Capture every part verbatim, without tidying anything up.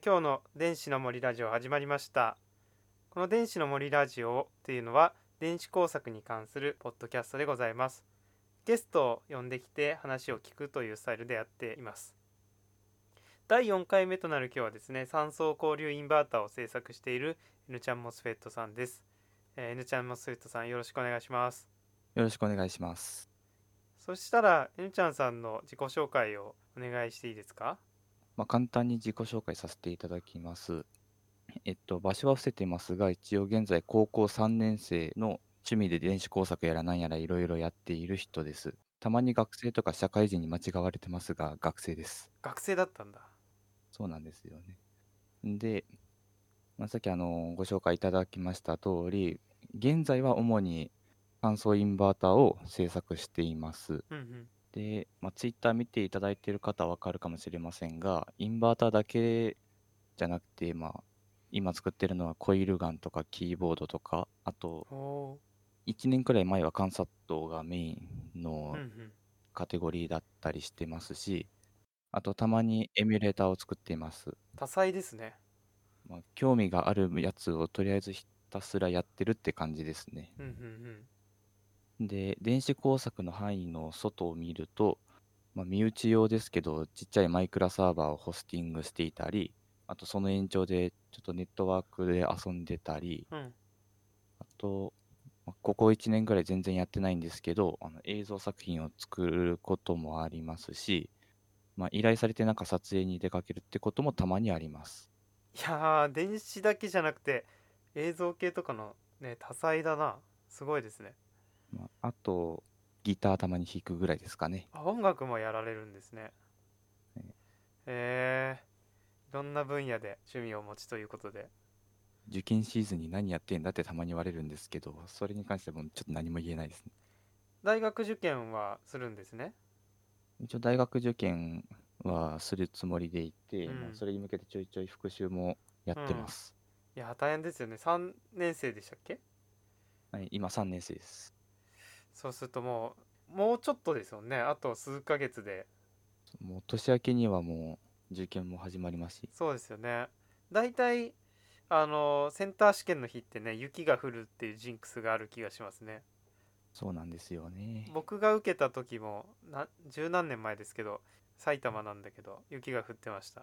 今日の電子の森ラジオ始まりました。この電子の森ラジオというのは電子工作に関するポッドキャストでございます。ゲストを呼んできて話を聞くというスタイルでやっています。だいよんかいめとなる今日はですね、三層交流インバーターを制作している N ちゃんモスフェットさんです。えー N ちゃんモスフェットさん、よろしくお願いします。 よろしくお願いします。 そしたら N ちゃんさんの自己紹介をお願いしていいですか？ まあ、簡単に自己紹介させていただきます。えっと、場所は伏せてますが、一応現在高校さんねん生の趣味で電子工作やらなんやらいろいろやっている人です。たまに学生とか社会人に間違われてますが、学生です。 学生だったんだ。 そうなんですよね。で、まあ、さっきあのご紹介いただきました通り、現在は主に乾燥インバーターを制作しています。 うんうん。 で、まあ、ツイッター見ていただいている方はわかるかもしれませんが、インバーターだけじゃなくて、まあ、今作ってるのはコイルガンとかキーボードとか、あと、 おー。 いちねんくらい前はカンサットがメインのうんうん。 カテゴリーだったりしてますし、あとたまにエミュレーターを作っています。 多彩ですね。 まあ、興味があるやつをとりあえずひたすらやってるって感じですね。 うんうんうん。 で、電子工作の範囲の外を見ると、まあ、身内用ですけど、ちっちゃいマイクラサーバーをホスティングしていたり、あとその延長でちょっとネットワークで遊んでたり、 うん。 あと、まあここいちねんぐらい全然やってないんですけど、あの映像作品を作ることもありますし、まあ、依頼されてなんか撮影に出かけるってこともたまにあります。 いやー、電子だけじゃなくて映像系とかのね、多彩だな。すごいですね。 まあ、あと、ギターたまに弾くぐらいですかね。 あ、音楽もやられるんですね。 えへえー、いろんな分野で趣味をお持ちということで。 受験シーズンに何やってんだってたまに言われるんですけど、それに関してはもうちょっと何も言えないですね。 大学受験はするんですね。 一応大学受験はするつもりでいて、まあ、 うん。 それに向けてちょいちょい復習もやっうん。 てます。 いや、大変ですよね。さんねん生でしたっけ？ はい、今さんねん生です。 そうするともう、もうちょっとですよね。あと数ヶ月で。 もう年明けにはもう受験も始まりますし、 そうですよね。大体、あの、センター試験の日ってね、雪が降るっていうジンクスがある気がしますね。 そうなんですよね。 僕が受けた時もな十何年前ですけど、埼玉なんだけど雪が降ってました。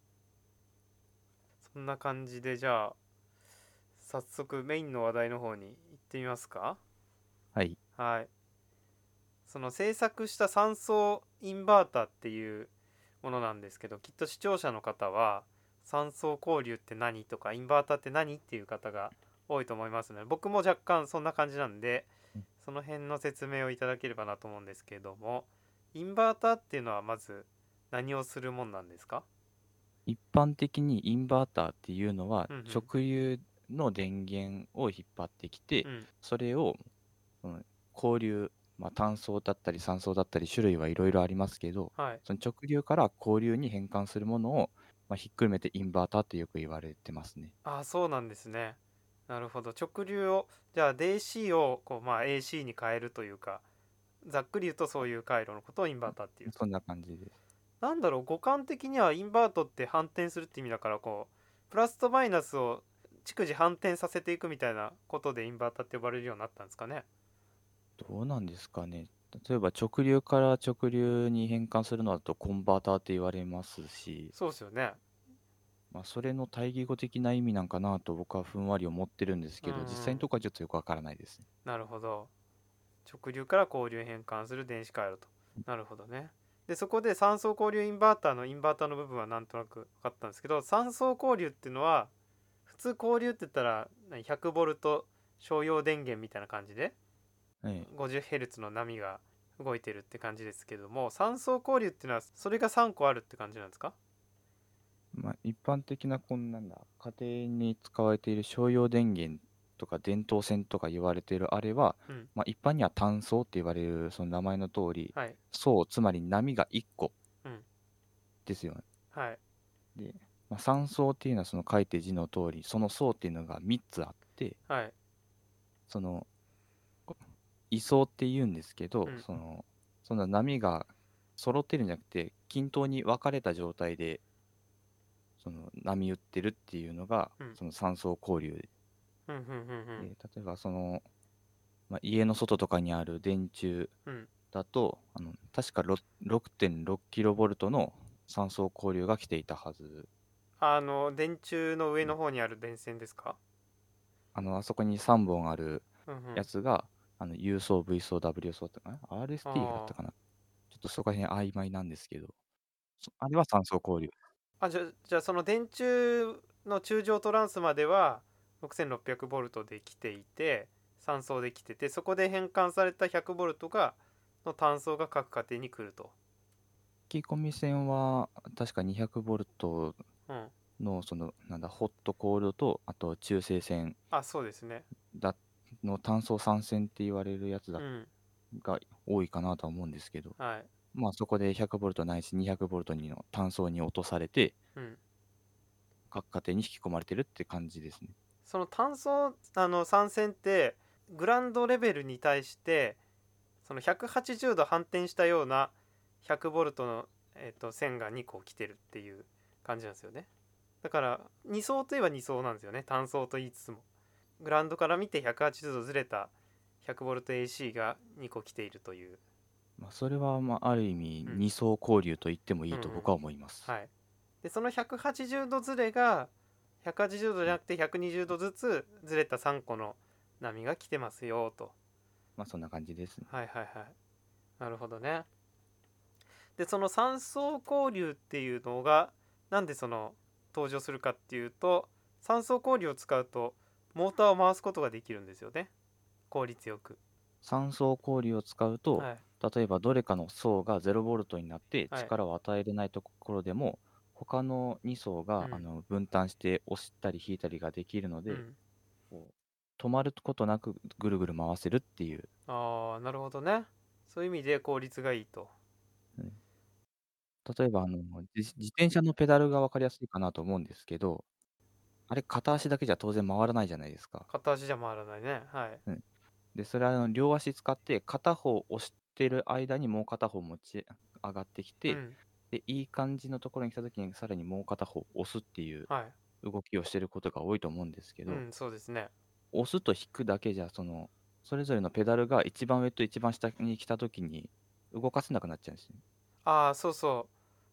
そんな感じで、じゃあ早速メインの話題の方に行ってみますか？ はい。 はい。その制作した三層インバーターっていうものなんですけど、きっと視聴者の方は三層交流って何とかインバーターって何っていう方が多いと思いますので、僕も若干そんな感じなんで、その辺の説明をいただければなと思うんですけれども、インバーターっていうのはまず何をするもんなんですか？ 一般的にインバーターっていうのはうん直流の電源を引っ張ってきて、 うん。うん。 それを、うん、交流、まあ、単層だったり三層だったり種類はいろいろありますけど、 はい。 その直流から交流に変換するものを、まあ、ひっくるめてインバーターってよく言われてますね。 ああ、そうなんですね。なるほど。直流を、じゃあ ディーシー をこう、まあ、エーシー に変えるというか、ざっくり言うとそういう回路のことをインバーターっていうと。 そんな感じです。 なんだろう、五感的にはインバートって反転するって意味だから、こう、プラスとマイナスを逐次反転させていくみたいなことでインバーターって呼ばれるようになったんですかね。 どうなんですかね。例えば直流から直流に変換するのだとコンバーターって言われますし、 そうですよね。 まあ、それの対義語的な意味なんかなと僕はふんわり思ってるんですうんうけど、実際のん。 ところはちょっとよくわからないですね。 なるほど。直流から交流変換する電子回路と。なるほどね。で、そこで三層交流インバーターのインバーターの部分はなんとなく分かったんですけど、三層交流っていうのは、普通交流って言ったらひゃくボルト商用電源みたいな感じではい。 ごじゅっヘルツ の波が動いてるって感じですけども、三層交流っていうのはそれがさんこあるって感じなんですか？ まあ、一般的なこんなんだ、家庭に使われている商用電源とか電導線とか言われているあれは、 うん。 まあ、一般には単層って言われるその名前の通り、 はい。 層、つまり波がいっこうん。 ですよね。 はい。 で、まあ、三層っていうのはその書いて字の通り、その層っていうのがみっつあって、 はい。 その位相って言うんですけど、 うん。 その、その波が揃ってるんじゃなくて、均等に分かれた状態で、 その波打ってるっていうのが、 うんその三層交流で、 うんうんうん例えばその、まあ、家の外とかにある電柱うんうんだと、あの確かろろくてんろくキロボルトの三層交流が来ていたはず。 あの電柱の上の方にある電線ですか？ あのあそこにさんぼんあるうんうんやつが、あの U 層、V 層、W 層ってかな アールエスティー だったあかな、ちょっとそこら辺曖昧なんですけど、そあれは三層交流。 ああじゃじゃあその電柱の中上トランスまではろくせんろっぴゃくボルトで来ていてさん層で来てて、そこで変換されたひゃくボルトがの単層が各家庭に来ると。 引き込み線は確かにひゃくボルトうんのそのなんだホットコールドと、あと中性線あそうですね。 だの単層さん線って言われるやつだうんが多いかなとは思うんですけど、 はいまあそこでひゃくボルトないしにひゃくボルトにの単層に落とされてうん各家庭に引き込まれてるって感じですね。 その単層あの参戦ってグランドレベルに対してそのひゃくはちじゅうど反転したようなひゃくボルトの、えー、と線がにこ来てるっていう感じなんですよね。だからに層といえばに層なんですよね、単層と言いつつも。グラウンドから見てひゃくはちじゅうどずれた ひゃくボルトエーシー がにこ来ているという。 まあそれはまあある意味うん二層交流と言ってもいうんうんいと僕は思います。 はい。でそのひゃくはちじゅうどずれがひゃくはちじゅうどじゃなくてひゃくにじゅうどずつずれたさんこの波が来てますよと。 まあそんな感じですね。 はいはいはい。なるほどね。でその三層交流っていうのがなんでその登場するかっていうと、三層交流を使うとモーターを回すことができるんですよね、効率よく。 三層交流を使うと、 はい例えばどれかの層がゼロボルトになってはい力を与えれないところでも、他のに層があうんの分担して押したり引いたりができるので、 うんこう止まることなくぐるぐる回せるっていう、 ああなるほどね。そういう意味で効率がいいと。 うん、例えばあの自自転車のペダルが分かりやすいかなと思うんですけど、あれ片足だけじゃ当然回らないじゃないですか。 片足じゃ回らないね。はいうん、でそれはあの両足使って片方押してる間にもう片方持ち上がってきて、 うんでいい感じのところに来た時にさらにもう片方押すっていうはい動きをしてることが多いと思うんですけど、 うんそうですね。 押すと引くだけじゃそのそれぞれのペダルが一番上と一番下に来た時に動かせなくなっちゃうんですね。 ああそうそう、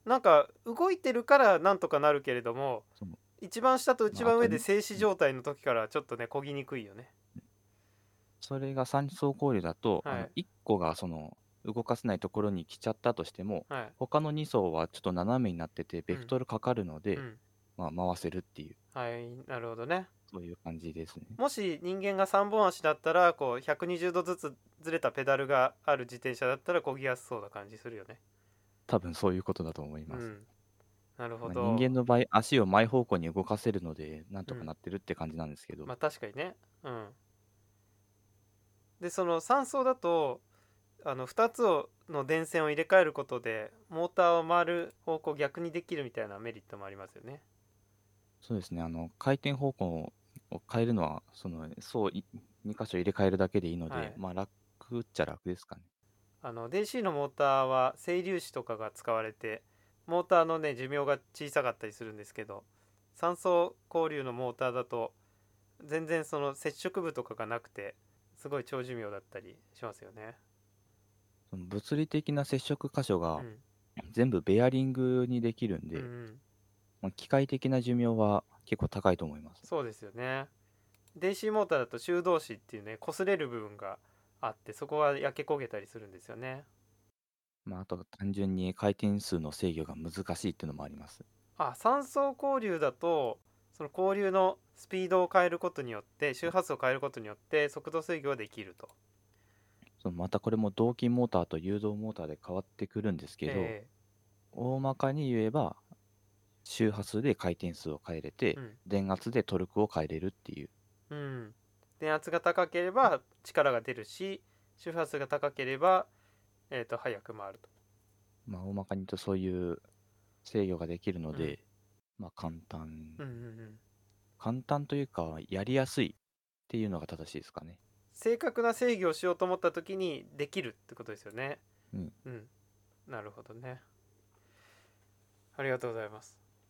なんか動いてるからなんとかなるけれども、 そう、 一番下とまあ、あと、 一番上で静止状態の時からちょっとね漕ぎにくいよね。 それが三層交流だと、あのはいいっこがその動かせないところに来ちゃったとしても、 はい他のに層はちょっと斜めになっててベクうんトルかかるので、 うんまあ、回せるっていう、 はいなるほどね。 そういう感じですね。 もし人間がさんぼん足だったらこうひゃくにじゅうどずつずれたペダルがある自転車だったら漕ぎやすそうな感じするよね。 多分そういうことだと思います。 うんなるほまあ、人ど。 間の場合、足を前方向に動かせるので、なんうんとかなってるって感じなんですけど、 まあ確かにね。うんでそのさん層だとあのふたつをの電線を入れ替えることでモーターを回る方向を逆にできるみたいなメリットもありますよね。 そうですね、あの回転方向を変えるのは、そのそういに箇所入れ替えるだけでいいので、 はいまあ楽っちゃ楽ですかね。 あの ディーシー のモーターは整粒子とかが使われてモーターのね寿命が小さかったりするんですけど、三層交流のモーターだと全然その接触部とかがなくてすごい長寿命だったりしますよね。 その物理的な接触箇所がうん全部ベアリングにできるんうんうで、 んまあ、機械的な寿命は結構高いと思います。 そうですよね。ディーシー モーターだと修道子っていうね擦れる部分があってそこが焼け焦げたりするんですよね。 まあ、あと単純に回転数の制御が難しいっていうのもあります。 あ三層交流だとその交流のスピードを変えることによって周波数を変えることによって速度制御ができると。 そのまたこれも動筋モーターと誘導モーターで変わってくるんですけど、 え大まかに言えば周波数で回転数を変えれて、 えうん電圧でトルクを変えれるっていう。 うん電圧が高ければ力が出るし周波数が高ければ、えー、と速く回ると。 まあ、大まかに言うとそういう制御ができるので、 うんまあ簡単、 うんうんうん簡単というかやりやすいっていうのが正しいですかね。 正確な制御をしようと思った時にできるってことですよね。 うん。 うんなるほどね。ありがとうございます。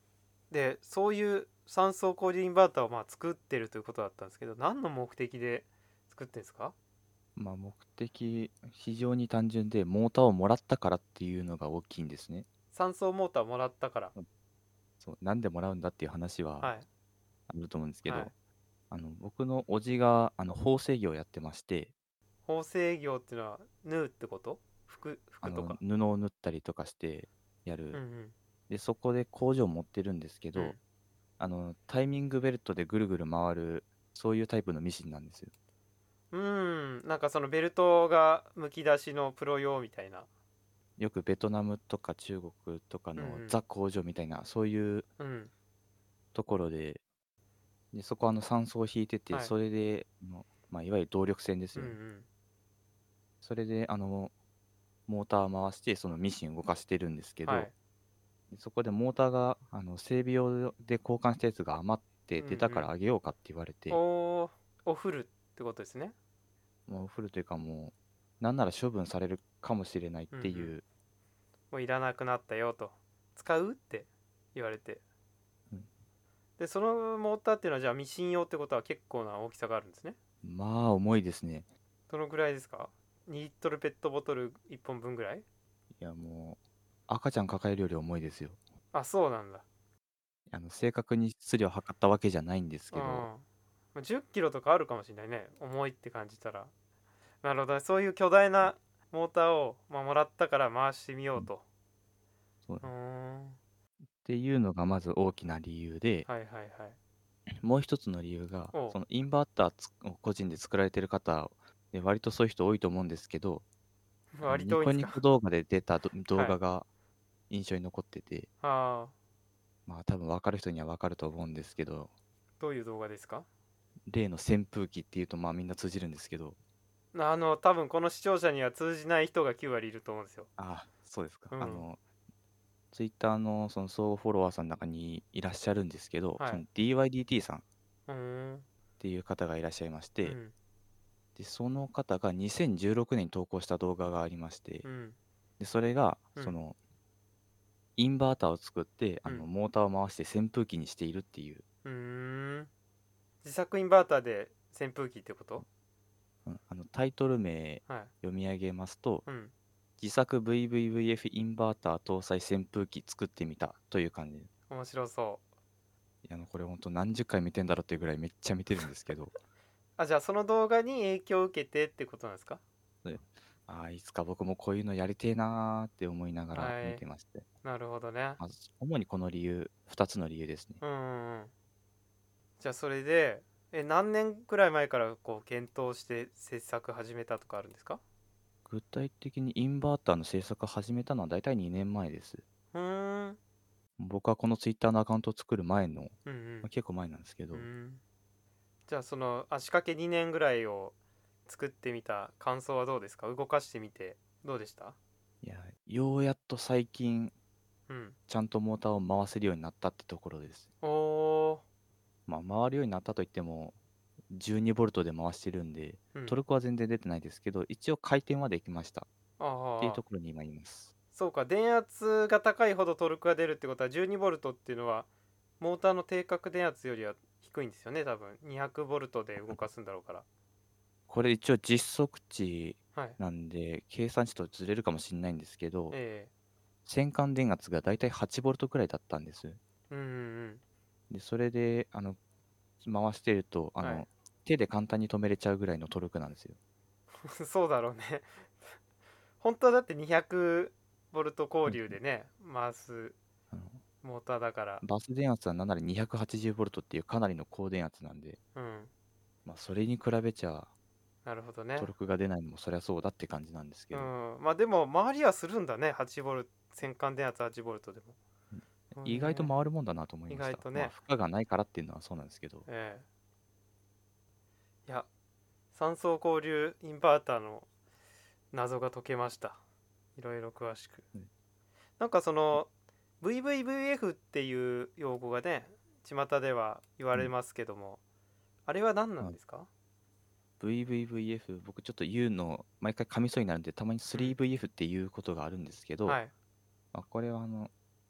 でそういう酸素交流インバーターをまあ作ってるということだったんですけど、何の目的で作ってるんですか？ まあ、目的、非常に単純で、モーターをもらったからっていうのが大きいんですね。 酸素モーターもらったから。 うんそう、なんでもらうんだっていう話ははいあると思うんですけはい。 ど、あの、僕の叔父が、あの、縫製業をやってまして、 縫製業っていうのは縫うってこと？服あの、 服とか。 布を縫ったりとかしてやる。 うんで、そこで工場を持ってるんですけど、 うんあの、タイミングベルトでぐるぐる回る、そういうタイプのミシンなんですよ。 うん。うんなんかそのベルトがむき出しのプロ用みたいな。 よくベトナムとか中国とかのうんザ工場みたいな、そういううんうんところで、で、そこはあの酸素を引いてて、 はいそれで、あのまあ、いわゆる動力線ですよね。 うんうんそれで、あの、モーター回して、そのミシン動かしてるんですけど、 はいでそこでモーターが、あの、整備用で交換したやつが余ってうんう出たからんあげようかって言われて、 おーおフルってことですね。 もうフルというかもう、なんなら処分されるかもしれないっうんうんていう、 もういらなくなったよと、使うって言われて、 うんでそのモーターっていうのはじゃあミシン用ってことは結構な大きさがあるんですね。 まあ、重いですね。 どのぐらいですか？にリットルペットボトルいっぽんぶんぐらい？ いや、もう、赤ちゃん抱えるより重いですよ。 あ、そうなんだ。 あの、正確に質量測ったわけじゃないんですうんけど、 まあじゅっキロとかあるかもしれないね、重いって感じたら。なるほどね、そういう巨大なモーターを、まあ、もらったから回してみようんうと。 そううーんっていうのがまず大きな理由で、 はいはいはい。 もう一つの理由が、 おうそのインバーターつを個人で作られてる方で、割とそういう人多いと思うんですけど、あの割と多いんですか？ ニコニコ動画で出たど動はい画が印象に残ってて、 ああまあ多分分かる人には分かると思うんですけど、 どういう動画ですか？ 例の扇風機っていうとまあみんな通じるんですけど、 あの多分この視聴者には通じない人がきゅう割いると思うんですよ。 ああ、そうですか。 うんあの、ツイッターのその総フォロワーさんの中にいらっしゃるんですけど、 はい。 その ディーワイディーティー さんっうーんていう方がいらっしゃいまして、 うんで、その方がにせんじゅうろくねんに投稿した動画がありまして、 うんで、それが、 うんその、インバーターを作って、あの、 うんモーターを回して扇風機にしているっていう、 うーん自作インバーターで扇風機ってこと？ うん、あの、タイトル名はい読み上げますと、 うん自作 ブイブイブイエフ インバーター搭載扇風機作ってみたという感じで。 面白そう。 いや、あの、これほんと何十回見てんだろうっていうぐらいめっちゃ見てるんですけど、 あじゃあその動画に影響を受けてってことなんですか？ でああ、いつか僕もこういうのやりてえなーって思いながら見はいてまして。 なるほどね。 まず、主にこの理由、ふたつの理由ですね。 うんうんうんじゃあそれでえ何年くらい前からこう検討して制作始めたとかあるんですか？ 具体的にインバーターの制作を始めたのはだいたいにねんまえです。 うーん僕はこのツイッターのアカウントを作る前の、 うんまあ、結構前なんですけど、 うんうんじゃあその足掛けにねんぐらいを作ってみた感想はどうですか？動かしてみてどうでした？ いや、ようやっと最近、 うんちゃんとモーターを回せるようになったってところです。 おおまあ、回るようになったといっても、じゅうにボルトで回してるんで、 ーうんトルクは全然出てないですけど、一応回転はできましたっていうああところに今います。 そうか電圧が高いほどトルクが出るってことはじゅうにボルトっていうのはモーターの定格電圧よりは低いんですよね多分にひゃくボルトで動かすんだろうからこれ一応実測値はいなんで、計算値とずれるかもしれないんですけど、 え変換電圧がだいたいはちボルトくらいだったんです。 えうんうんで、それで、あの、回してると、あうんはいの、手で簡単に止めれちゃうぐらいのトルクなんですよ。 そうだろうね本当はだってにひゃくボルト交うん流でね回すあのモーターだからバス電圧はなんならにひゃくはちじゅうボルトっていうかなりの高電圧なんで、 うんまあ、それに比べちゃなるほどねトルクが出ないのもそりゃそうだって感じなんですけうど、 んまあでも回りはするんだねはちボルト変換電圧はちボルトでもうんうん意外と回るもんだなと思い意ました。 外とねまあ、負荷がないからっていうのはそうなんですけど、 ええいや三層交流インバーターの謎が解けました。いろいろ詳しくうんなんかその ブイブイブイエフ っていう用語がね巷では言わうんれますけども、あれは何なんあですか？ ブイブイブイエフ、僕ちょっと言うの、毎回噛みそうになるんで、たまにうんスリーブイエフ っていうことがあるんですけど、 はいまあ、これはあの、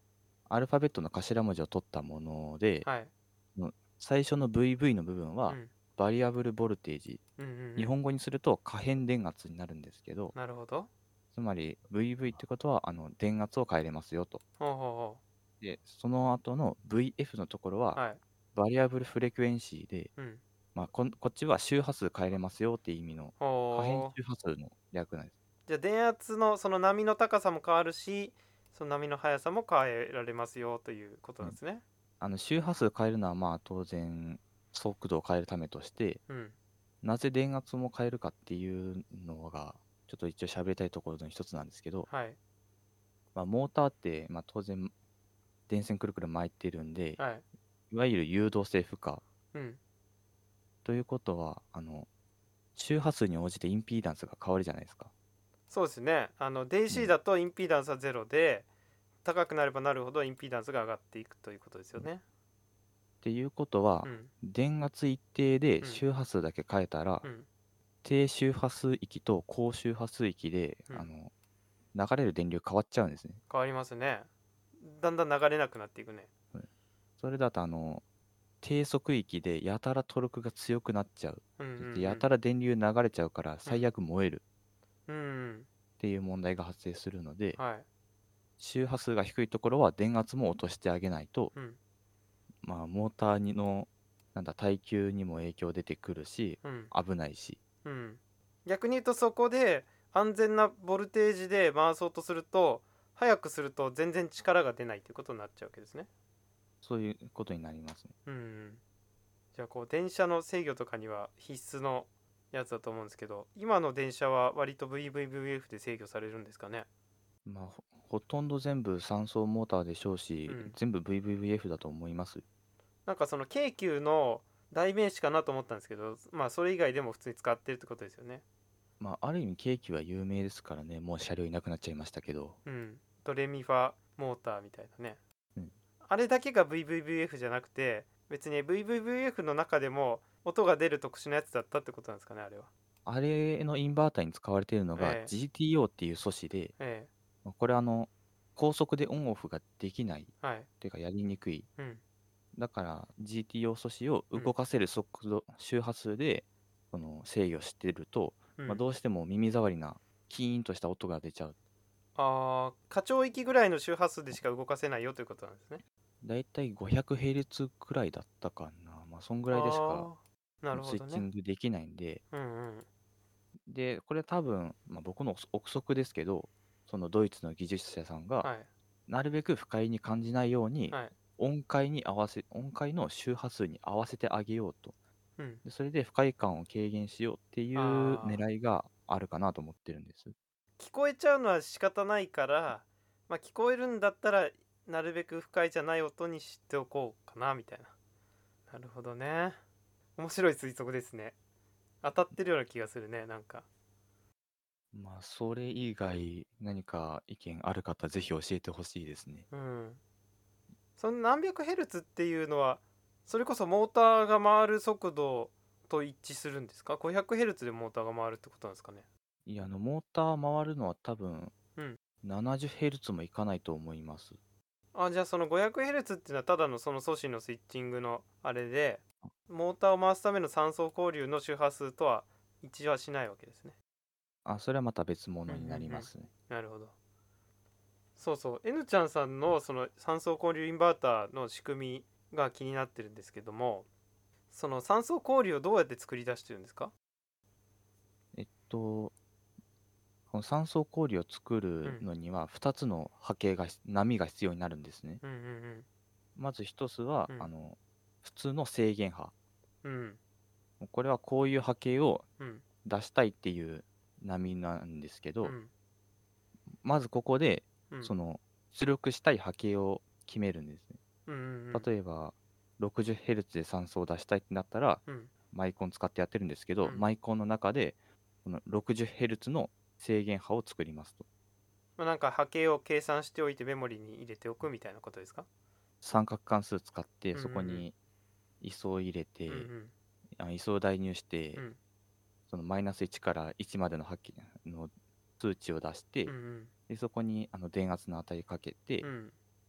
アルファベットの頭文字を取ったもので、 はい。 の最初の ブイブイ の部分はうんバリアブルボルテージ、 うんうんうん日本語にすると可変電圧になるんですけど、 なるほど。 つまり ブイブイ ってことはあの電圧を変えれますよと。 ほうほうほで、その後の ブイエフ のところはうはい。 バリアブルフレクエンシーで、 うんまあ、こんこっちは周波数変えれますよっていう意味の可変ほう周波数の略なんです。 じゃあ電圧のその波の高さも変わるし、その波の速さも変えられますよということなんですね。 あの周波数変えるのはまあ当然速度を変えるためとして、 うんなぜ電圧も変えるかっていうのがちょっと一応喋りたいところの一つなんですけど、 はいまあ、モーターって、まあ、当然電線くるくる巻いてるんで、 はいいわゆる誘導性負荷うんということは、あの周波数に応じてインピーダンスが変わるじゃないですか。 そうですね。あの ディーシーうんだとインピーダンスはゼロで、高くなればなるほどインピーダンスが上がっていくということですよね。 っていうことは、 うん電圧一定でうん周波数だけ変えたら、 うん低周波数域と高周波数域で、 うんあの流れる電流変わっちゃうんですね。 変わりますね。だんだん流れなくなっていくね。 うんそれだとあの低速域でやたらトルクが強くなっちゃう。 うんうんそしてうんやたら電流流れちゃうから最悪燃えるうんうんっていう問題が発生するので、 はい周波数が低いところは電圧も落としてあげないと、 うんまあ、モーターにのなんだ耐久にも影響出てくるし、 うん危ないし。 うん逆に言うとそこで安全なボルテージで回そうとすると速くすると全然力が出ないということになっちゃうわけですね。 そういうことになりますね。 うんじゃあこう電車の制御とかには必須のやつだと思うんですけど、今の電車は割と ブイブイブイエフ で制御されるんですかね。 まあ、ほほとんど全部三層モーターでしょうし、 うん全部 ブイブイブイエフ だと思います。 なんかその京急の代名詞かなと思ったんですけど、まあそれ以外でも普通に使ってるってことですよね。 まあ、ある意味、京急は有名ですからね、もう車両いなくなっちゃいましたけど。 うんドレミファモーターみたいなね。 うんあれだけが ブイブイブイエフ じゃなくて、別に ブイブイブイエフ の中でも音が出る特殊なやつだったってことなんですかね、あれは。 あれのインバーターに使われているのがええジーティーオー っていう素子で、 えこれあの、高速でオンオフができないっえはいていうかやりにくい。 うんだから ジーティーオー 素子をうん動かせる速度、周波数でこの制御してると、まあ、 うんどうしても耳障りなキーンとした音が出ちゃう。 ああ課長域ぐらいの周波数でしか動かせないよということなんですね。 だいたい ごひゃくヘルツ くらいだったかな。まあ、そんぐらいでしかああなるほスイッチどね。 ングできないんで、 うんうんで、これ多分、まあ、僕の憶測ですけど、そのドイツの技術者さんが、 はいなるべく不快に感じないように、 はい音階に合わせ、音階の周波数に合わせてあげようと。 うんでそれで不快感を軽減しようっていうああ狙いがあるかなと思ってるんです。 聞こえちゃうのは仕方ないから、まあ、聞こえるんだったらなるべく不快じゃない音にしておこうかなみたいな。なるほどね。面白い推測ですね。当たってるような気がするねなんか。 まあ、それ以外何か意見ある方、ぜひ教えてほしいですね。 うんその何百ヘルツっていうのはそれこそモーターが回る速度と一致するんですか？ ごひゃくヘルツ でモーターが回るってことなんですかね。 いや、あの、モーター回るのは多分、 うんななじゅうヘルツ もいかないと思います。 あじゃあその ごひゃくヘルツ っていうのはただのその素子のスイッチングのあれで、モーターを回すための三層交流の周波数とは一致はしないわけですね。 あ、それはまた別物になりますね。 なるほど。そうそう N ちゃんさんのその三層交流インバーターの仕組みが気になってるんですけども、その三層交流をどうやって作り出してるんですか？ えっと、この三層氷を作るのにはふたつの波形が、波が必要になるんですね。 うんうんまずひとつは、 うんあの、普通の制限波。 うんこれはこういう波形をうん出したいっていう波なんですけど、 うんまずここで、 うんその、出力したい波形を決めるんですね。 うんうん例えば、ろくじゅうヘルツ で酸素を出したいってなったら、 うんマイコン使ってやってるんですけど、 うんマイコンの中で、この ろくじゅうヘルツ の制限波を作りますと。 まあ、なんか波形を計算しておいてメモリに入れておくみたいなことですか？ 三角関数使って、 うんうんうんそこに位相を入れて、 うんうんあ位相を代入して、 うんそのマイナスいちからいちまでの波形の数値を出して、 うんでそこにあの電圧の値かけて、 うん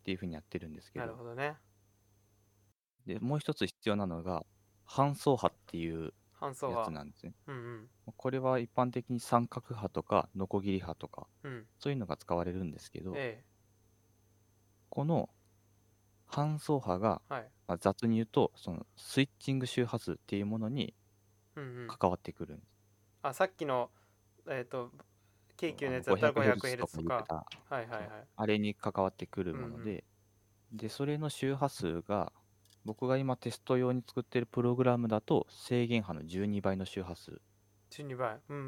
っていうふうにやってるんですけなるど、 ほどね。 で、もう一つ必要なのが、半相波っていうやつ半相波。 なんですね。 うんうんこれは一般的に三角波とか、ノコギリ波とか、 うん。 そういうのが使われるんですけど、 えこの半相波が、 え。はい。 まあ、雑に言うと、そのスイッチング周波数っていうものにうんうん。 関わってくるんです。 あ、さっきの、えっと、京急あののやつだったらごひゃくヘルツ とごひゃくヘルツ とか。 か言ってた、 はいはいはい。 そう、あれに関わってくるうんうん。 もので、で、それの周波数が、僕が今テスト用に作ってるプログラムだと制限波のじゅうにばいの周波数っじゅうにばい。うんうん。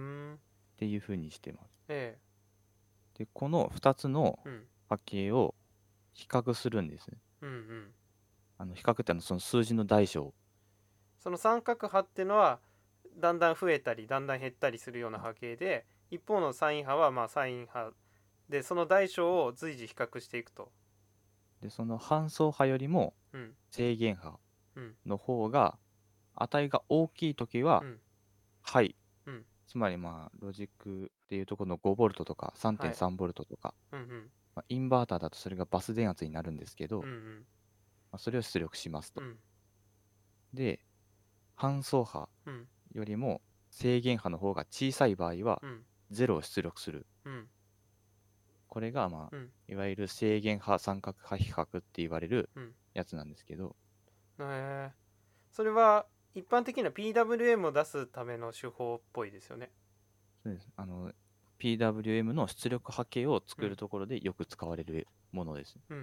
ていう風にしてます。 えで、このふたつのえ。うん。 波形を比較するんですね。 うんうん。 あの比較ってあのその数字の大小。 その三角波っていうのはだんだん増えたりだんだん減ったりするようなあ波形で、一方のサイン波はまあサイン波で、その大小を随時比較していくと。 で、その半相波よりもうん制限波うんの方が、値が大きいときは、 うんハイ。 うん。 つまりまあ、ロジックでいうとこのごボルトとかはい。 さんてんさんボルトとか、 うんうんまあ、インバーターだとそれがバス電圧になるんですけど、 うんうんまあ、それを出力しますと。 うんで、半相波うんよりも制限波の方が小さい場合は、 うんゼロを出力する。 うんこれがまあ、 うん。 いわゆる制限波三角波比較って言われるうん。 やつなんですけど、 えー、それは一般的な ピーダブリューエム を出すための手法っぽいですよね。 そうです。あの、ピーダブリューエム の出力波形をうん作るところでよく使われるものです。 うんうんうん。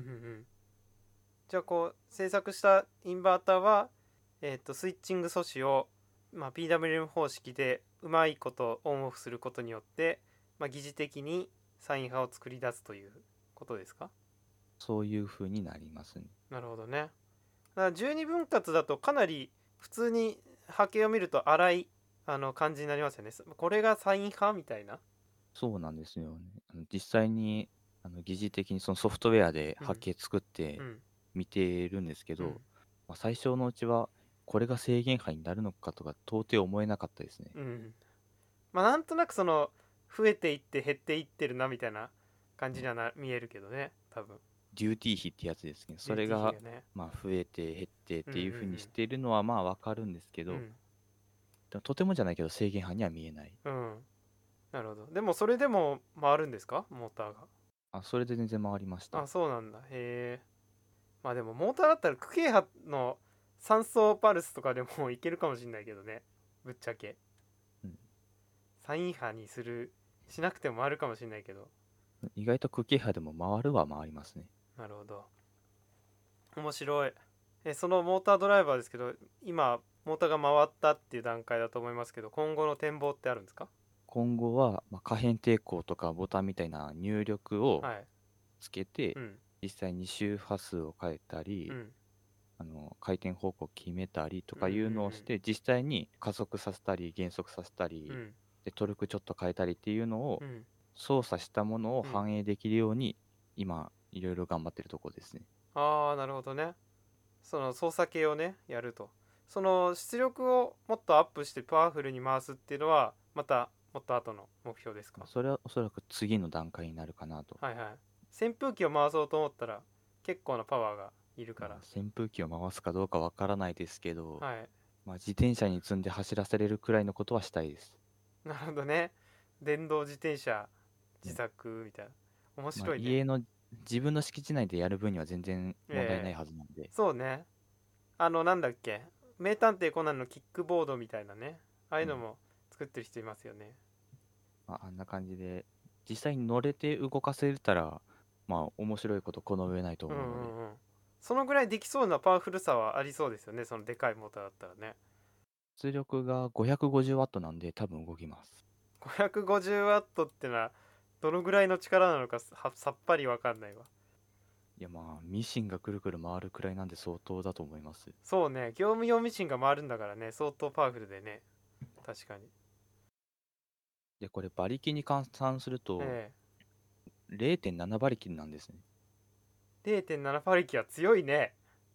じゃあこう制作したインバーターは、えー、とスイッチング素子を、まあ、ピーダブリューエム 方式でうまいことオンオフすることによって、まあ、疑似的にサイン波を作り出すということですか？ そういう風になりますね。 なるほどね。だからじゅうにぶん割だとかなり普通に波形を見ると荒いあの感じになりますよね。これがサイン波みたいな。 そうなんですよね。あの実際にあの疑似的にそのソフトウェアでうん波形作ってうん見てるんですけど、 うんまあ、最初のうちはこれが制限波になるのかとか到底思えなかったですね。 うん。まあなんとなくその増えていって減っていってるなみたいな感じにはな見えるけどね、多分。 デューティー比ってやつですね。 デューティー比それががね。 まあ増えて減ってっうんうていう風にしんているのはまあわかるんですけど、 うんでもとてもじゃないけど制限波には見えない。 うん。なるほど。でもそれでも回るんですか、モーターあ、それで全然回りましが？ た。 あ、そうなんだ。へえ。まあでもモーターだったら区形波のさん層パルスとかでもいけるかもしれないけどね、ぶっちゃけ。 うん、 サイン波にするしなくても回るかもしれないけど。 意外と空気波でも回るは回りますね。 なるほど。面白い。えそのモータードライバーですけど、今モーターが回ったっていう段階だと思いますけど、今後の展望ってあるんですか？ 今後は、まあ、可変抵抗とかボタンみたいな入力をはい。 つけて、 うん実際に周波数を変えたり、 うんあの回転方向を決めたりとうんうんかいうのをして、実際に加速させたり減速させたり、 うんでトルクちょっと変えたりっていうのをうん操作したものをうん。 反映できるように、今いろいろ頑張ってるところですね。 ああ、なるほどね。その操作系をねやると、その出力をもっとアップしてパワフルに回すっていうのはまたもっと後の目標ですか？ それはおそらく次の段階になるかなと。 はいはい。扇風機を回そうと思ったら結構なパワーがいるかまあ、 ら。 扇風機を回すかどうかわからないですけど、 はい。 まあ、自転車に積んで走らせれるくらいのことはしたいです。 なるほどね。電動自転車自ね、 作みたいな。面まあ、 白いね。 家の自分の敷地内でやる分には全然問題ないええ、 はずなんで、 そうね。あのなんだっけ、名探偵コナンのキックボードみたいなね、ああいううん、 のも作ってる人いますよね。 まあ、あんな感じで実際に乗れて動かせたら、まあ面白いことこの上ないとうんう思うので、 んうん。そのぐらいできそうなパワフルさはありそうですよね、そのでかいモーターだったらね。 出力が ごひゃくごじゅうワット なんで多分動きます。 ごひゃくごじゅうワットってのはどのぐらいの力なのかささっぱりわかんないわ。 いや、まあミシンがくるくる回るくらいなんで相当だと思います。 そうね、業務用ミシンが回るんだからね、相当パワフルでね。確かに。 で、これ馬力に換算するとえれいてんなな 馬力なんですね。 え、れいてんなな馬力は強いね。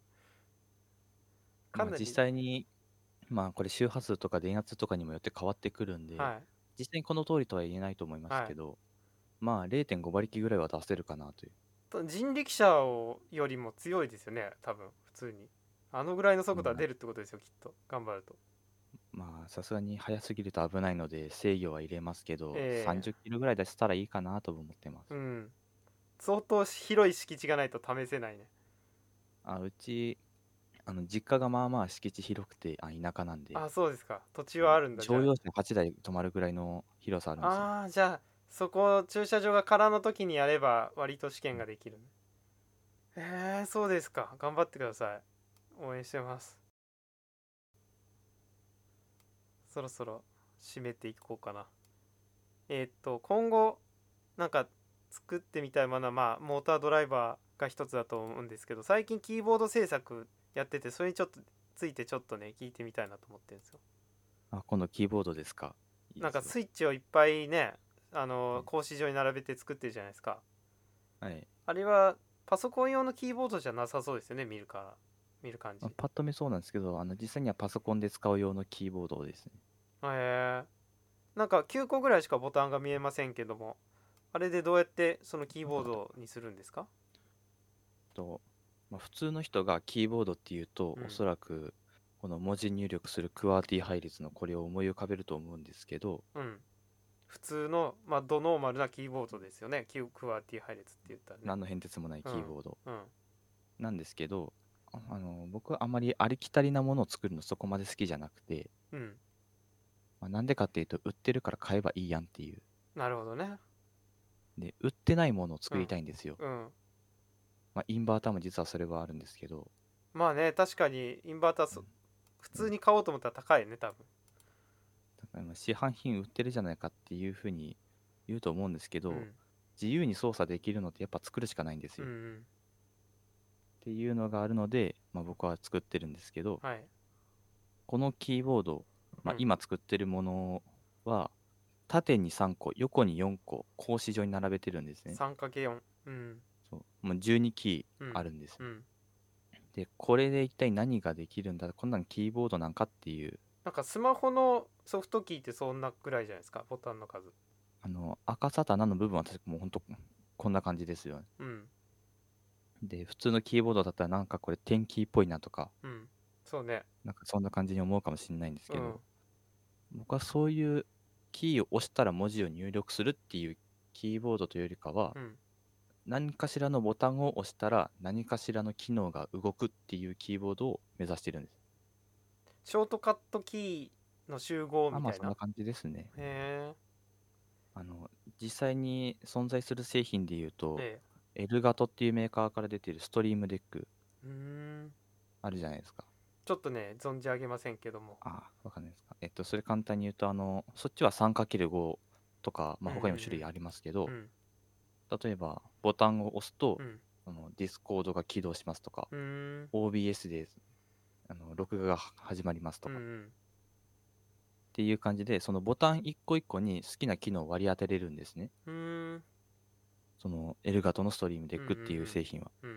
かまあ実なり。 際に、まあこれ周波数とか電圧とかにもよって変わってくるんで、 はい実際にこの通りとは言えないと思いますはい。 けど、まあれいてんご馬力ぐらいは出せるかなという。 と人力車をよりも強いですよね多分普通に。あのぐらいの速度は出るってことですよ、きっと頑張ると。 まあ、さすがに速すぎると危ないので制御は入れますけど、 えさんじゅっキロぐらい出したらいいかなと思ってます。 え、うん。相当広い敷地がないと試せないね。 あ、うち、あの、実家がまあまあ敷地広くて、あ、田舎なんで、 あ、そうですか。土地あのはあるんだじゃ乗用車はちだい止まるぐらいの広さあるんですよ。 あ。あーじゃあそこ駐車場が空の時にやれば割と試験ができるね。へえ、そうですか。頑張ってください。応援してます。そろそろ締めていこうかな。えーっと今後なんか作ってみたいものは、まあモータードライバーが一つだと思うんですけど、最近キーボード制作やってて、それにちょっとついてちょっとね聞いてみたいなと思ってるんですよ。 あ、今度キーボードですか。いいなんかですよ。 スイッチをいっぱいね、あのはい。 格子状に並べて作ってるじゃないですか。 はい。 あれはパソコン用のキーボードじゃなさそうですよね、見るから見る感じ。 まあ、パッと見そうなんですけど、あの、実際にはパソコンで使う用のキーボードですね。 へえ。なんかきゅうこぐらいしかボタンが見えませんけども、あれでどうやってそのキーボードにするんですか？ と、まあ、普通の人がキーボードっていうと、 うんおそらく、この文字入力するクワーティ配列のこれを思い浮かべると思うんですけど、 うん。普通の、まあ、ドノーマルなキーボードですよね。キュクワーティ配列って言ったらね。 何の変哲もないうんキーボードうんなんですけど、ああの、僕はあまりありきたりなものを作るのそこまで好きじゃなくて、 うん。 まあ、なんでかっていうと、売ってるから買えばいいやんっていう。 なるほどね。 で、売ってないものを作りうんたいんですよ。 うん。 まあ、インバーターも実はそれはあるんですけど、 まあね、確かにインバーターそうん普うん通に買おうと思ったら高いね、多分。 だからまあ市販品売ってるじゃないかっていうふうに言うと思うんですけど、 うん自由に操作できるのってやっぱ作るしかないんですよ。っうんうん。 ていうのがあるので、まあ、僕は作ってるんですけど、 はい。 このキーボード、まあ、 うん。 今作ってるものは、縦にさんこ、横によんこ、格子状に並べてるんですね。 さんかけるよん。うん。 そう。もうじゅうにキうんーあるんです。 うん。 で、これで一体何ができるんだ、こんなんキーボードなんかっていう、 なんかスマホのソフトキーってそんなぐらいじゃないですか、ボタンの数。 あの、赤さと穴の部分は確かもうほんと、こんな感じですよね。 うん。 で、普通のキーボードだったらなんかこれ点キーっぽいなとか、 うん。そうね。 なんかそんな感じに思うかもしれないんですうん。 けど、僕はそういうキーを押したら文字を入力するっていうキーボードというよりかは、 うん。 何かしらのボタンを押したら何かしらの機能が動くっていうキーボードを目指してるんです。 ショートカットキーの集合あ、 みたいな。へまあそんな感じですね。 え。 あの、実際に存在する製品で言うと、 ええ。 エルガトっていうメーカーから出てるストリームデックうーん。 あるじゃないですか。 ちょっとね、存じ上げませんけども。 あ、わかんないですか。えっと、それ簡単に言うと、あの、そっちは さんかけるご とか、まあ、 うんうん他にも種類ありますけど、 うん。 例えば、ボタンを押すと、 うん。 あの、ディスコードが起動しますとか、 うん。うーん。 オービーエス で、あの、録画が始まりますとか、っうんうん。 ていう感じで、そのボタン一個一個に好きな機能を割り当てれるんですね。 うーん。 その、エルガトのストリームデうんうックっていう製品は。 んうん。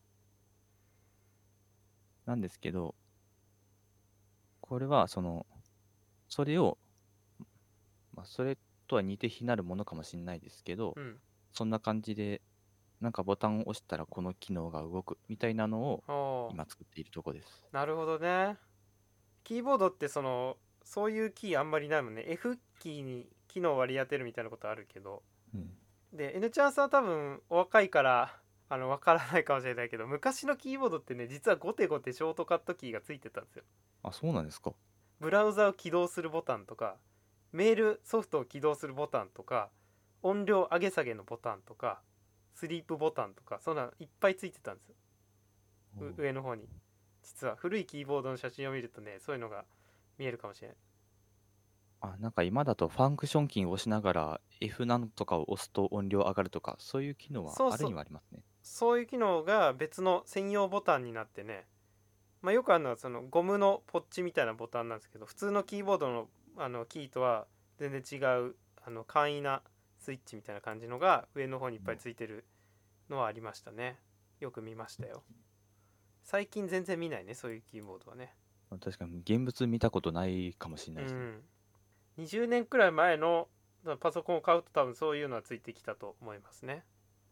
なんですけど、これは、その、それを、まあ、それとは似て非なるものかもしれないですけど、 うん。 そんな感じで、なんかボタンを押したらこの機能が動くみたいなのをおー。 今作っているとこです。 なるほどね。キーボードってその、そういうキーあんまりないもんね。F キーに機能割り当てるみたいなことあるけど。 うん。 で、N チャンスは多分お若いからあの分からないかもしれないけど、昔のキーボードってね、実はゴテゴテショートカットキーがついてたんですよ。 あ、そうなんですか。 ブラウザを起動するボタンとか、メールソフトを起動するボタンとか、音量上げ下げのボタンとか、スリープボタンとか、そんなのいっぱいついてたんですよ。 おう上の方に。実は古いキーボードの写真を見るとね、そういうのが見えるかもしれない。 あ、なんか今だとファンクションキーを押しながら F なんとかを押すと音量上がるとか、そういう機能はあるそうそう、 にはありますね。 そういう機能が別の専用ボタンになってね、まあ、よくあるのはそのゴムのポッチみたいなボタンなんですけど、普通のキーボードのあのキーとは全然違うあの簡易なスイッチみたいな感じのが上の方にいっぱいついてるのはありましたね。よく見ましたよ。最近全然見ないね、そういうキーボードはね。 まあ確かに現物見たことないかもしれないですね。 うん。にじゅうねんくらい前のパソコンを買うと多分そういうのはついてきたと思いますね。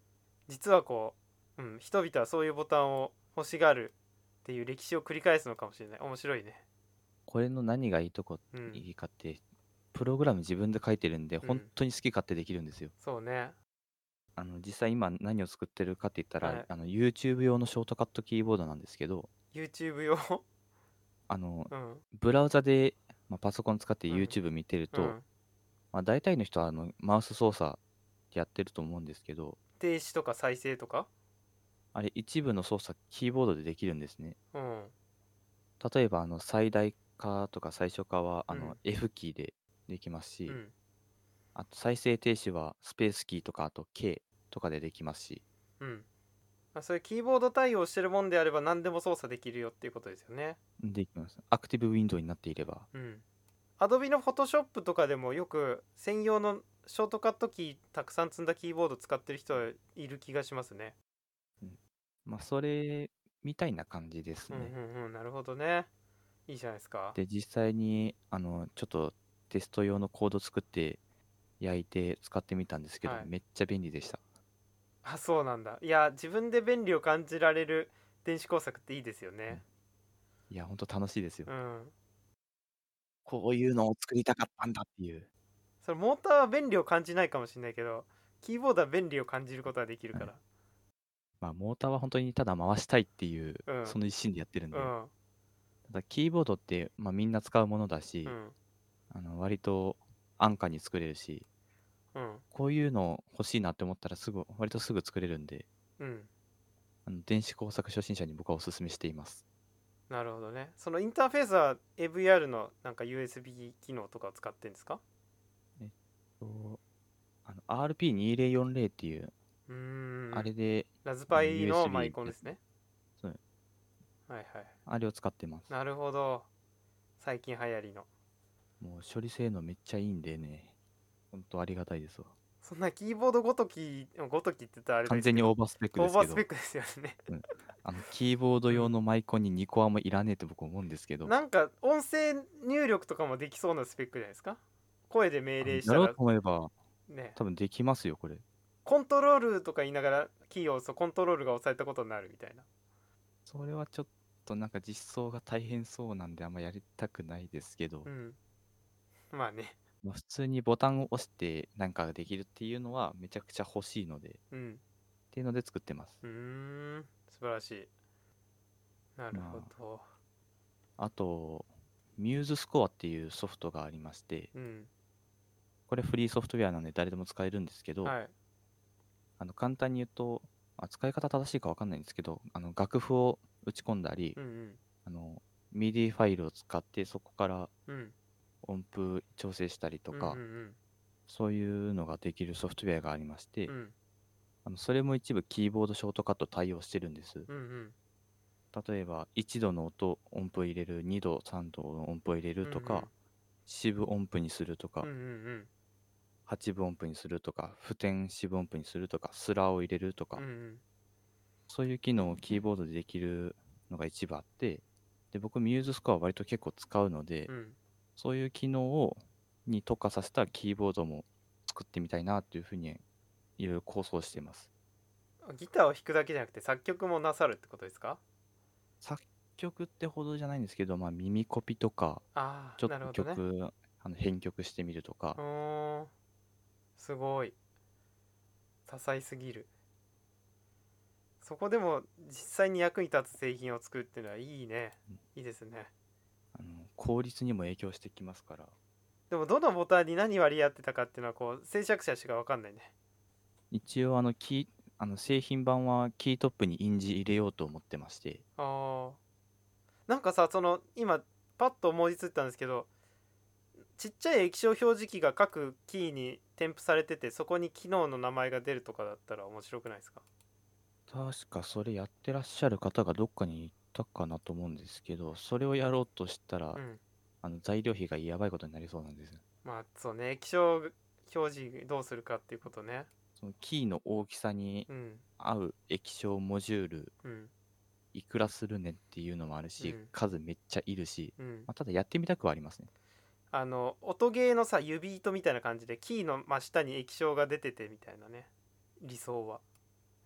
実はこう、うん、人々はそういうボタンを欲しがるっていう歴史を繰り返すのかもしれない。面白いね。 これの何がいいとこ、 うんいいかって、プログラム自分で書いてるんで、 うん本当に好き勝手できるんですよ。 そうね。 あの、実際今何を作ってるかって言ったら、 はい。 あの、YouTube 用のショートカットキーボードなんですけど、 YouTube 用あの、 うんブラウザで、まあ、パソコン使ってうん YouTube 見てると、 うんまあ、大体の人はあのマウス操作やってると思うんですけど、 停止とか再生とかあれ一部の操作キーボードでできるんですね。 うん例えばあの最大化とか最小化はあのうん F キーでできますし、 うんあと再生停止はスペースキーとかあと K とかでできますし、 うんまあ、そういうキーボード対応してるもんであれば何でも操作できるよっていうことですよね。 できます。アクティブウィンドウになっていれば。 うん。Adobe の Photoshop とかでもよく専用のショートカットキーたくさん積んだキーボード使ってる人はいる気がしますね。 うん、まあそれみたいな感じですね。 うんうんうんなるほどね。いいじゃないですか。 で、実際にあのちょっとテスト用のコード作って焼いて使ってみたんですけど、 はい。 めっちゃ便利でした。 あ、そうなんだ。いや、自分で便利を感じられる電子工作っていいですようんね。 いや、ほんと楽しいですよ。 うん。 こういうのを作りたかったんだっていう。 それモーターは便利を感じないかもしれないけど、キーボードは便利を感じることができるはい。 から。 まあ、モーターは本当にただ回したいっていう、 うん。 その一心でやってるんで。 うん。 ただ、キーボードって、まあ、みんな使うものだうし、 ん。 あの割と安価に作れるし、 うん。 こういうの欲しいなって思ったらすぐ、割とすぐ作れるんで、 うん。 あの電子工作初心者に僕はお勧めしています。 なるほどね。そのインターフェースは エーブイアール のなんか ユーエスビー 機能とかを使ってるんですか？ えっと、あの アールピーにせんよんじゅう っていう、 うーん。 あれでラズあのパイのマイユーエスビーコンですね。 そう、 はいはい。 あれを使ってます。 なるほど。最近流行りの。 もう処理性能めっちゃいいんでね、ほんとありがたいですわ。 そんなキーボードごとき、ごときって言ったらあれ完ですけど、 全にオーバースペックオですけど、 ーバースペックですよね。 うん、あのキーボード用のマイコンににコアもいらねえって僕思うんですけど、 なんか音声入力とかもできそうなスペックじゃないですか。声で命あの令したらやろうと思えばね、 多分できますよ、これ。 コントロールとか言いながらキーを押すとコントロールが押されたことになるみたいな。 それはちょっとなんか実装が大変そうなんであんまやりたくないですけど、 うん。まあね。 まあ、普通にボタンを押してなんかができるっていうのはめちゃくちゃ欲しいので、っうん。 ていうので作ってます。 うーん。素晴らしい。なるほまど。 あ、あと、ミューズスコアっていうソフトがありまして、 うん。 これフリーソフトウェアなんで誰でも使えるんですけど、 はい。 あの簡単に言うと、あ使い方正しいかわかんないんですけど、あの楽譜を打ち込んだり、 うんうんあの ミディ ファイルを使ってそこからうん音符調整したりとうんうか、 んそういうのができるソフトウェアがありまして、 うんうんあのそれも一部キーボードショートカット対応してるんです。 うんうん例えばいちどの音、音符を入れる、にど、さんどの音符を入れるとか、四分音符にするとか、 うんうんはちぶ音符にするとか、付点四分音符にするとか、スラーを入れるとか、 うんうんそういう機能をキーボードでできるのが一部あって、で、僕、ミューズスコア割と結構使うので、 うんそういう機能をに特化させたキーボードも作ってみたいなというふうにいろいろ構想しています。 ギターを弾くだけじゃなくて作曲もなさるってことですか？ 作曲ってほどじゃないんですけど、まあ、耳コピとか、 ああー、 ちょっとなるほどね。 曲、あの編曲してみるとか、 うーん、すごい多彩すぎる。そこでも実際に役に立つ製品を作るっていうのはいいね。 うんいいですね。 あの効率にも影響してきますから、 でもどのボタンに何割り当てたかっていうのはこう制作者しか分かんないね。 一応あのキー、あの製品版はキートップに印字入れようと思ってまして、 ああ、なんかさ、その今パッと思いついたんですけど、ちっちゃい液晶表示器が各キーに添付されてて、そこに機能の名前が出るとかだったら面白くないですか？ 確かそれやってらっしゃる方がどっかにいたかなと思うんですけど、それをやろうとしたら、 うん。 あの材料費がやばいことになりそうなんです。 まあそうね、液晶表示どうするかっていうことね。 そのキーの大きさにうん合う液晶モジュールうんいくらするねんっていうのもあるし、 うん数めっちゃいるし、 うん。 まあ、ただやってみたくはありますね。 あの音ゲーのさ指糸みたいな感じでキーの真下に液晶が出ててみたいなね、理想は。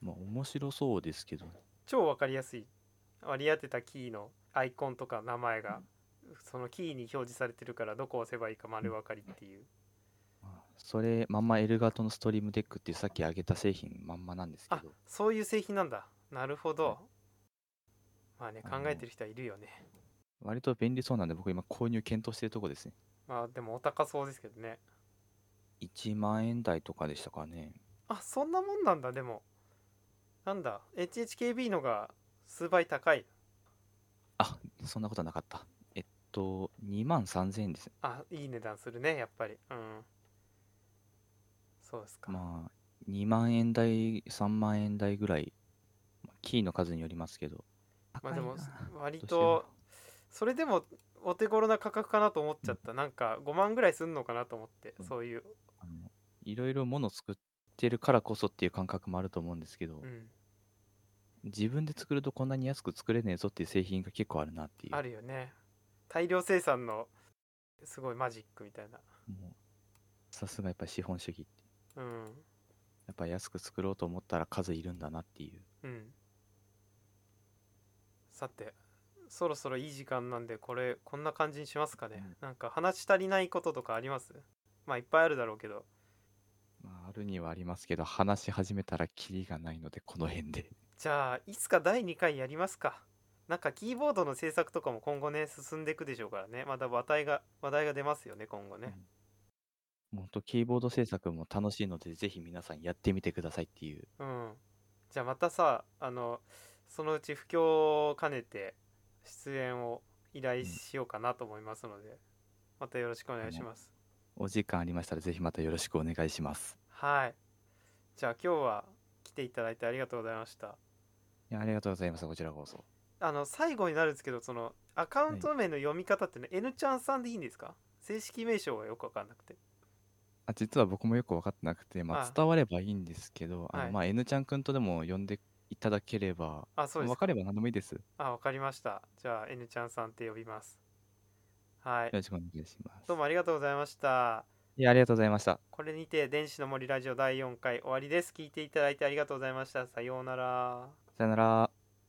まあ面白そうですけど、 超わかりやすい。割り当てたキーのアイコンとか名前がそのキーに表示されてるから、どこを押せばいいか丸分かりっていう。 まあそれまんまエルガトのストリームデックっていうさっき挙げた製品まんまなんですけあ、 ど、 そういう製品なんだ。なるほはいど。まあね、 あの考えてる人はいるよね。 割と便利そうなんで僕今購入検討してるとこですね。 まあでもお高そうですけどね。 いちまん円台とかでしたかね。 あ、そんなもんなんだ。でもなんだ エイチエイチケービー のが数倍高い。 あ、そんなことはなかった。えっと、にまんさんぜんえんですね。 あ、いい値段するね、やっぱり。うん、そうですか。 まあ、にまん円台、さんまん円台ぐらい、まあキーの数によりますけど、 まあでも高いな、 割どうしよとそれでもお手頃な価格かなと思っう。うんちゃった。なんかごまんぐらいすんのかなと思って。 うんそういう。 あのいろいろもの作ってるからこそっていう感覚もあると思うんですけど、 うん、 自分で作るとこんなに安く作れねえぞっていう製品が結構あるなっていう。 あるよね。大量生産のすごいマジックみたいな。 もうさすがやっぱり資本主義って、 うん、 やっぱり安く作ろうと思ったら数いるんだなっていう。 うん。さて、そろそろいい時間なんで、これこんな感じにしますかね。 うんなんか話し足りないこととかあります？まあいっぱいあるだろうけど。 まあ、あるにはありますけど、話し始めたらキリがないので、この辺で。 じゃあいつかだいにかいやりますか。なんかキーボードの制作とかも今後ね進んでいくでしょうからね。また話題が話題が出ますよね、今後ね。 うん、ほんとキーボード制作も楽しいので、ぜひ皆さんやってみてくださいっていう。 うん。じゃあまたさ、あのそのうち布教を兼ねて出演を依頼うん、 しようかなと思いますので、またよろしくお願あの、 いします。 お時間ありましたら、ぜひまたよろしくお願いします。 はい。じゃあ今日は来ていただいてありがとうございました。 いや、ありがとうございます。こちらこそ。 あの最後になるんですけど、そのアカウはい。 ント名の読み方ってね、N ちゃんさんでいいんですか？正式名称がよくわかんなくて。 あ、実は僕もよく分かってなくて、まあ、 あ、 伝わればいいんですけど、あの、 はい。 まあ、N ちゃんくんとでも呼んでいただければ、 あ、そうですか。 分かれば何でもいいです。よあ、わかりました。じゃあ N ちゃんさんって呼びます。はい。 ろしくお願いします。 どうもありがとうございました。 いや、ありがとうございました。 これにて電子の森ラジオだいよんかい終わりです。聞いていただいてありがとうございました。さようなら。 さよなら。